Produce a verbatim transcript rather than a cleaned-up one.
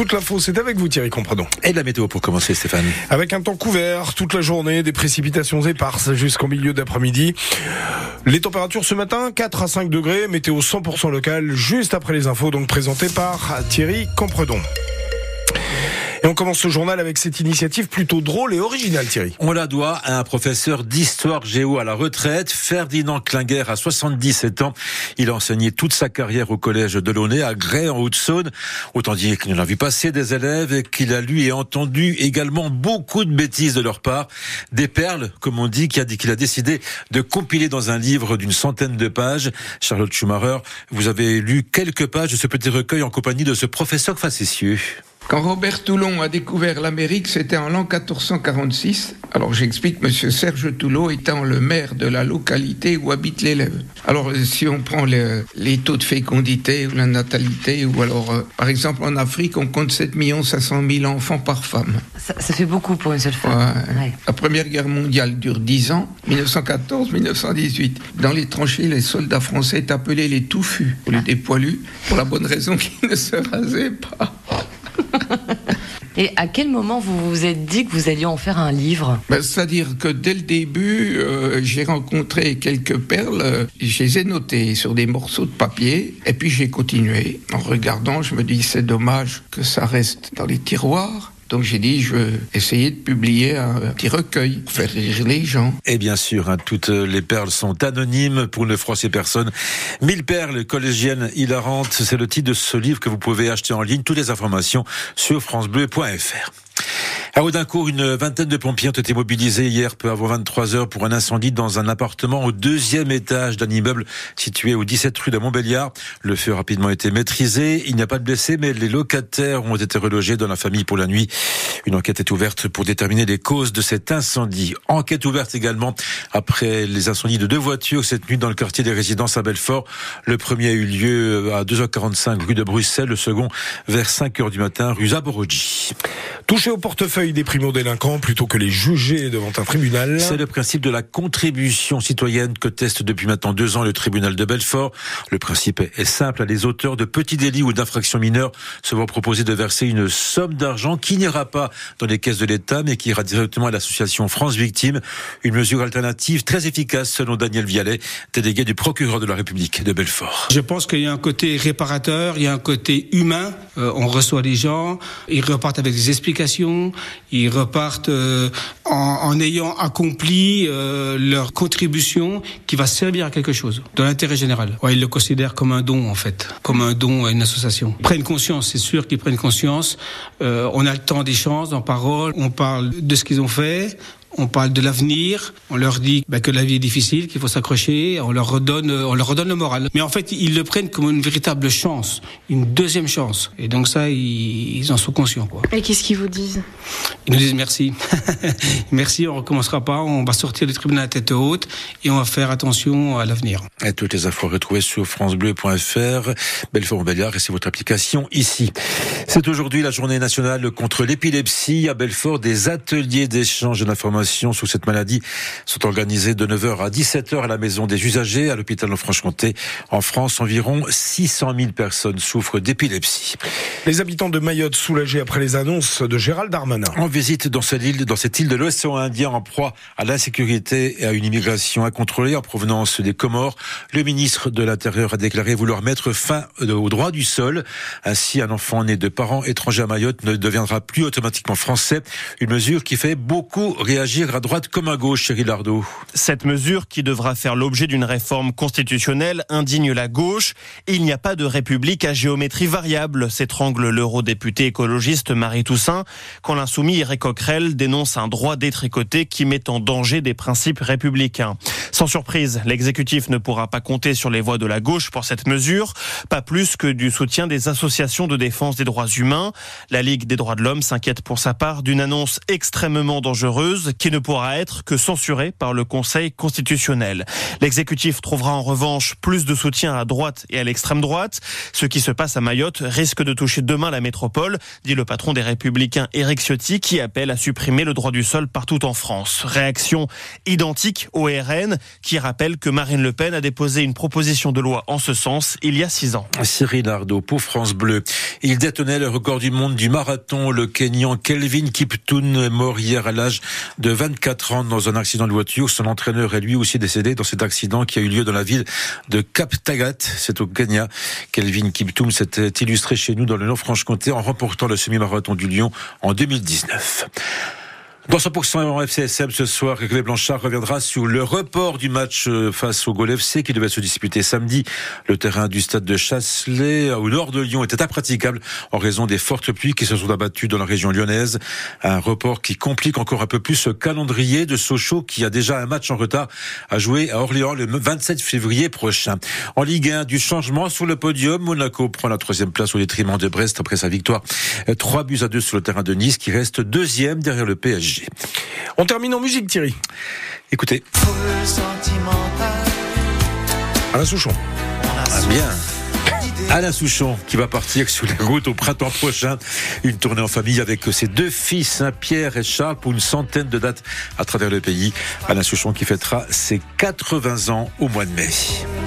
Toute l'info, c'est avec vous Thierry Compredon. Et la météo pour commencer, Stéphane. Avec un temps couvert toute la journée, des précipitations éparses jusqu'au milieu d'après-midi. Les températures ce matin, quatre à cinq degrés, météo cent pour cent local, juste après les infos, donc présentées par Thierry Compredon. Et on commence ce journal avec cette initiative plutôt drôle et originale, Thierry. On la doit à un professeur d'histoire géo à la retraite, Ferdinand Klinger, à soixante-dix-sept ans. Il a enseigné toute sa carrière au collège de Launay, à Grès, en Haute-Saône. Autant dire qu'il en a vu passer des élèves et qu'il a lu et entendu également beaucoup de bêtises de leur part. Des perles, comme on dit, qu'il a, qu'il a décidé de compiler dans un livre d'une centaine de pages. Charlotte Schumacher, vous avez lu quelques pages de ce petit recueil en compagnie de ce professeur facétieux. Quand Robert Toulon a découvert l'Amérique, c'était en l'an quatorze cent quarante-six. Alors j'explique, monsieur Serge Toulon étant le maire de la localité où habite l'élève. Alors si on prend les, les taux de fécondité ou la natalité, ou alors euh, par exemple en Afrique, on compte sept millions cinq cent mille enfants par femme. Ça, ça fait beaucoup pour une seule femme. Ouais. Ouais. La Première Guerre mondiale dure dix ans, dix-neuf cent quatorze à dix-neuf cent dix-huit. Dans les tranchées, les soldats français étaient appelés les touffus, au lieu des poilus, pour la bonne raison qu'ils ne se rasaient pas. Et à quel moment vous vous êtes dit que vous alliez en faire un livre ? Ben, c'est-à-dire que dès le début, euh, j'ai rencontré quelques perles, euh, je les ai notées sur des morceaux de papier, et puis j'ai continué. En regardant, je me dis, c'est dommage que ça reste dans les tiroirs. Donc j'ai dit, je vais essayer de publier un petit recueil pour faire rire les gens. Et bien sûr, hein, toutes les perles sont anonymes pour ne froisser personne. Mille perles collégiennes hilarantes, c'est le titre de ce livre que vous pouvez acheter en ligne. Toutes les informations sur francebleu point f r. À Audincourt, une vingtaine de pompiers ont été mobilisés hier peu avant vingt-trois heures pour un incendie dans un appartement au deuxième étage d'un immeuble situé au dix-sept rue de Montbéliard. Le feu a rapidement été maîtrisé. Il n'y a pas de blessés, mais les locataires ont été relogés dans la famille pour la nuit. Une enquête est ouverte pour déterminer les causes de cet incendie. Enquête ouverte également après les incendies de deux voitures cette nuit dans le quartier des Résidences à Belfort. Le premier a eu lieu à deux heures quarante-cinq rue de Bruxelles, le second vers cinq heures du matin rue Zaborodi. Toucher au portefeuille des primo-délinquants plutôt que les juger devant un tribunal. C'est le principe de la contribution citoyenne que teste depuis maintenant deux ans le tribunal de Belfort. Le principe est simple. Les auteurs de petits délits ou d'infractions mineures se vont proposer de verser une somme d'argent qui n'ira pas dans les caisses de l'État, mais qui ira directement à l'association France Victimes. Une mesure alternative très efficace selon Daniel Vialet, délégué du procureur de la République de Belfort. Je pense qu'il y a un côté réparateur, il y a un côté humain. Euh, on reçoit les gens, ils repartent avec des explications, ils repartent euh, en, en ayant accompli euh, leur contribution qui va servir à quelque chose, dans l'intérêt général. Ouais, ils le considèrent comme un don en fait, comme un don à une association. Ils prennent conscience, c'est sûr qu'ils prennent conscience. Euh, on a le temps d'échange, en parole, on parle de ce qu'ils ont fait. On parle de l'avenir, on leur dit bah, que la vie est difficile, qu'il faut s'accrocher, on leur redonne, on leur redonne le moral. Mais en fait, ils le prennent comme une véritable chance, une deuxième chance. Et donc ça, ils, ils en sont conscients, quoi. Et qu'est-ce qu'ils vous disent ? Ils nous disent merci. Merci, on recommencera pas, on va sortir du tribunal à tête haute et on va faire attention à l'avenir. Et toutes les infos retrouvées sur francebleu point f r. Belfort-Montbéliard, et c'est votre application ici. C'est aujourd'hui la journée nationale contre l'épilepsie. À Belfort, des ateliers d'échange d'informations sur cette maladie sont organisés de neuf heures à dix-sept heures à la maison des usagers à l'hôpital en Franche-Comté. En France, environ six cent mille personnes souffrent d'épilepsie. Les habitants de Mayotte soulagés après les annonces de Gérald Darmanin. En visite dans cette île, dans cette île de l'océan Indien en proie à l'insécurité et à une immigration incontrôlée en provenance des Comores, le ministre de l'Intérieur a déclaré vouloir mettre fin au droit du sol. Ainsi, un enfant né de parents étrangers à Mayotte ne deviendra plus automatiquement français. Une mesure qui fait beaucoup réagir à droite comme à gauche, Chéri Lardot. Cette mesure, qui devra faire l'objet d'une réforme constitutionnelle, indigne la gauche. Il n'y a pas de république à géométrie variable, s'étrangle l'eurodéputé écologiste Marie Toussaint, quand l'insoumis Éric Coquerel dénonce un droit détricoté qui met en danger des principes républicains. Sans surprise, l'exécutif ne pourra pas compter sur les voix de la gauche pour cette mesure, pas plus que du soutien des associations de défense des droits humains. La Ligue des droits de l'homme s'inquiète pour sa part d'une annonce extrêmement dangereuse qui ne pourra être que censuré par le Conseil constitutionnel. L'exécutif trouvera en revanche plus de soutien à droite et à l'extrême droite. Ce qui se passe à Mayotte risque de toucher demain la métropole, dit le patron des Républicains Éric Ciotti, qui appelle à supprimer le droit du sol partout en France. Réaction identique au R N, qui rappelle que Marine Le Pen a déposé une proposition de loi en ce sens il y a six ans. Cyril Ardo pour France Bleu. Il détenait le record du monde du marathon. Le Kényan Kelvin Kiptoun est mort hier à l'âge de vingt-quatre ans dans un accident de voiture. Son entraîneur est lui aussi décédé dans cet accident qui a eu lieu dans la ville de Kaptagat. C'est au Kenya. Kelvin Kiptoun s'était illustré chez nous dans le Nord-Franche-Comté en remportant le semi-marathon du Lyon en deux mille dix-neuf. Dans cent pour cent F C S M ce soir, Hervé Blanchard reviendra sur le report du match face au Gol F C qui devait se disputer samedi. Le terrain du stade de Chasselet, au nord de Lyon, était impraticable en raison des fortes pluies qui se sont abattues dans la région lyonnaise. Un report qui complique encore un peu plus ce calendrier de Sochaux qui a déjà un match en retard à jouer à Orléans le vingt-sept février prochain. En Ligue un, du changement sur le podium. Monaco prend la troisième place au détriment de Brest après sa victoire. Trois buts à deux sur le terrain de Nice qui reste deuxième derrière le P S G. On termine en musique, Thierry. Écoutez. Alain Souchon. Ah bien. Alain Souchon qui va partir sur les routes au printemps prochain. Une tournée en famille avec ses deux fils, hein, Pierre et Charles, pour une centaine de dates à travers le pays. Alain Souchon qui fêtera ses quatre-vingts ans au mois de mai.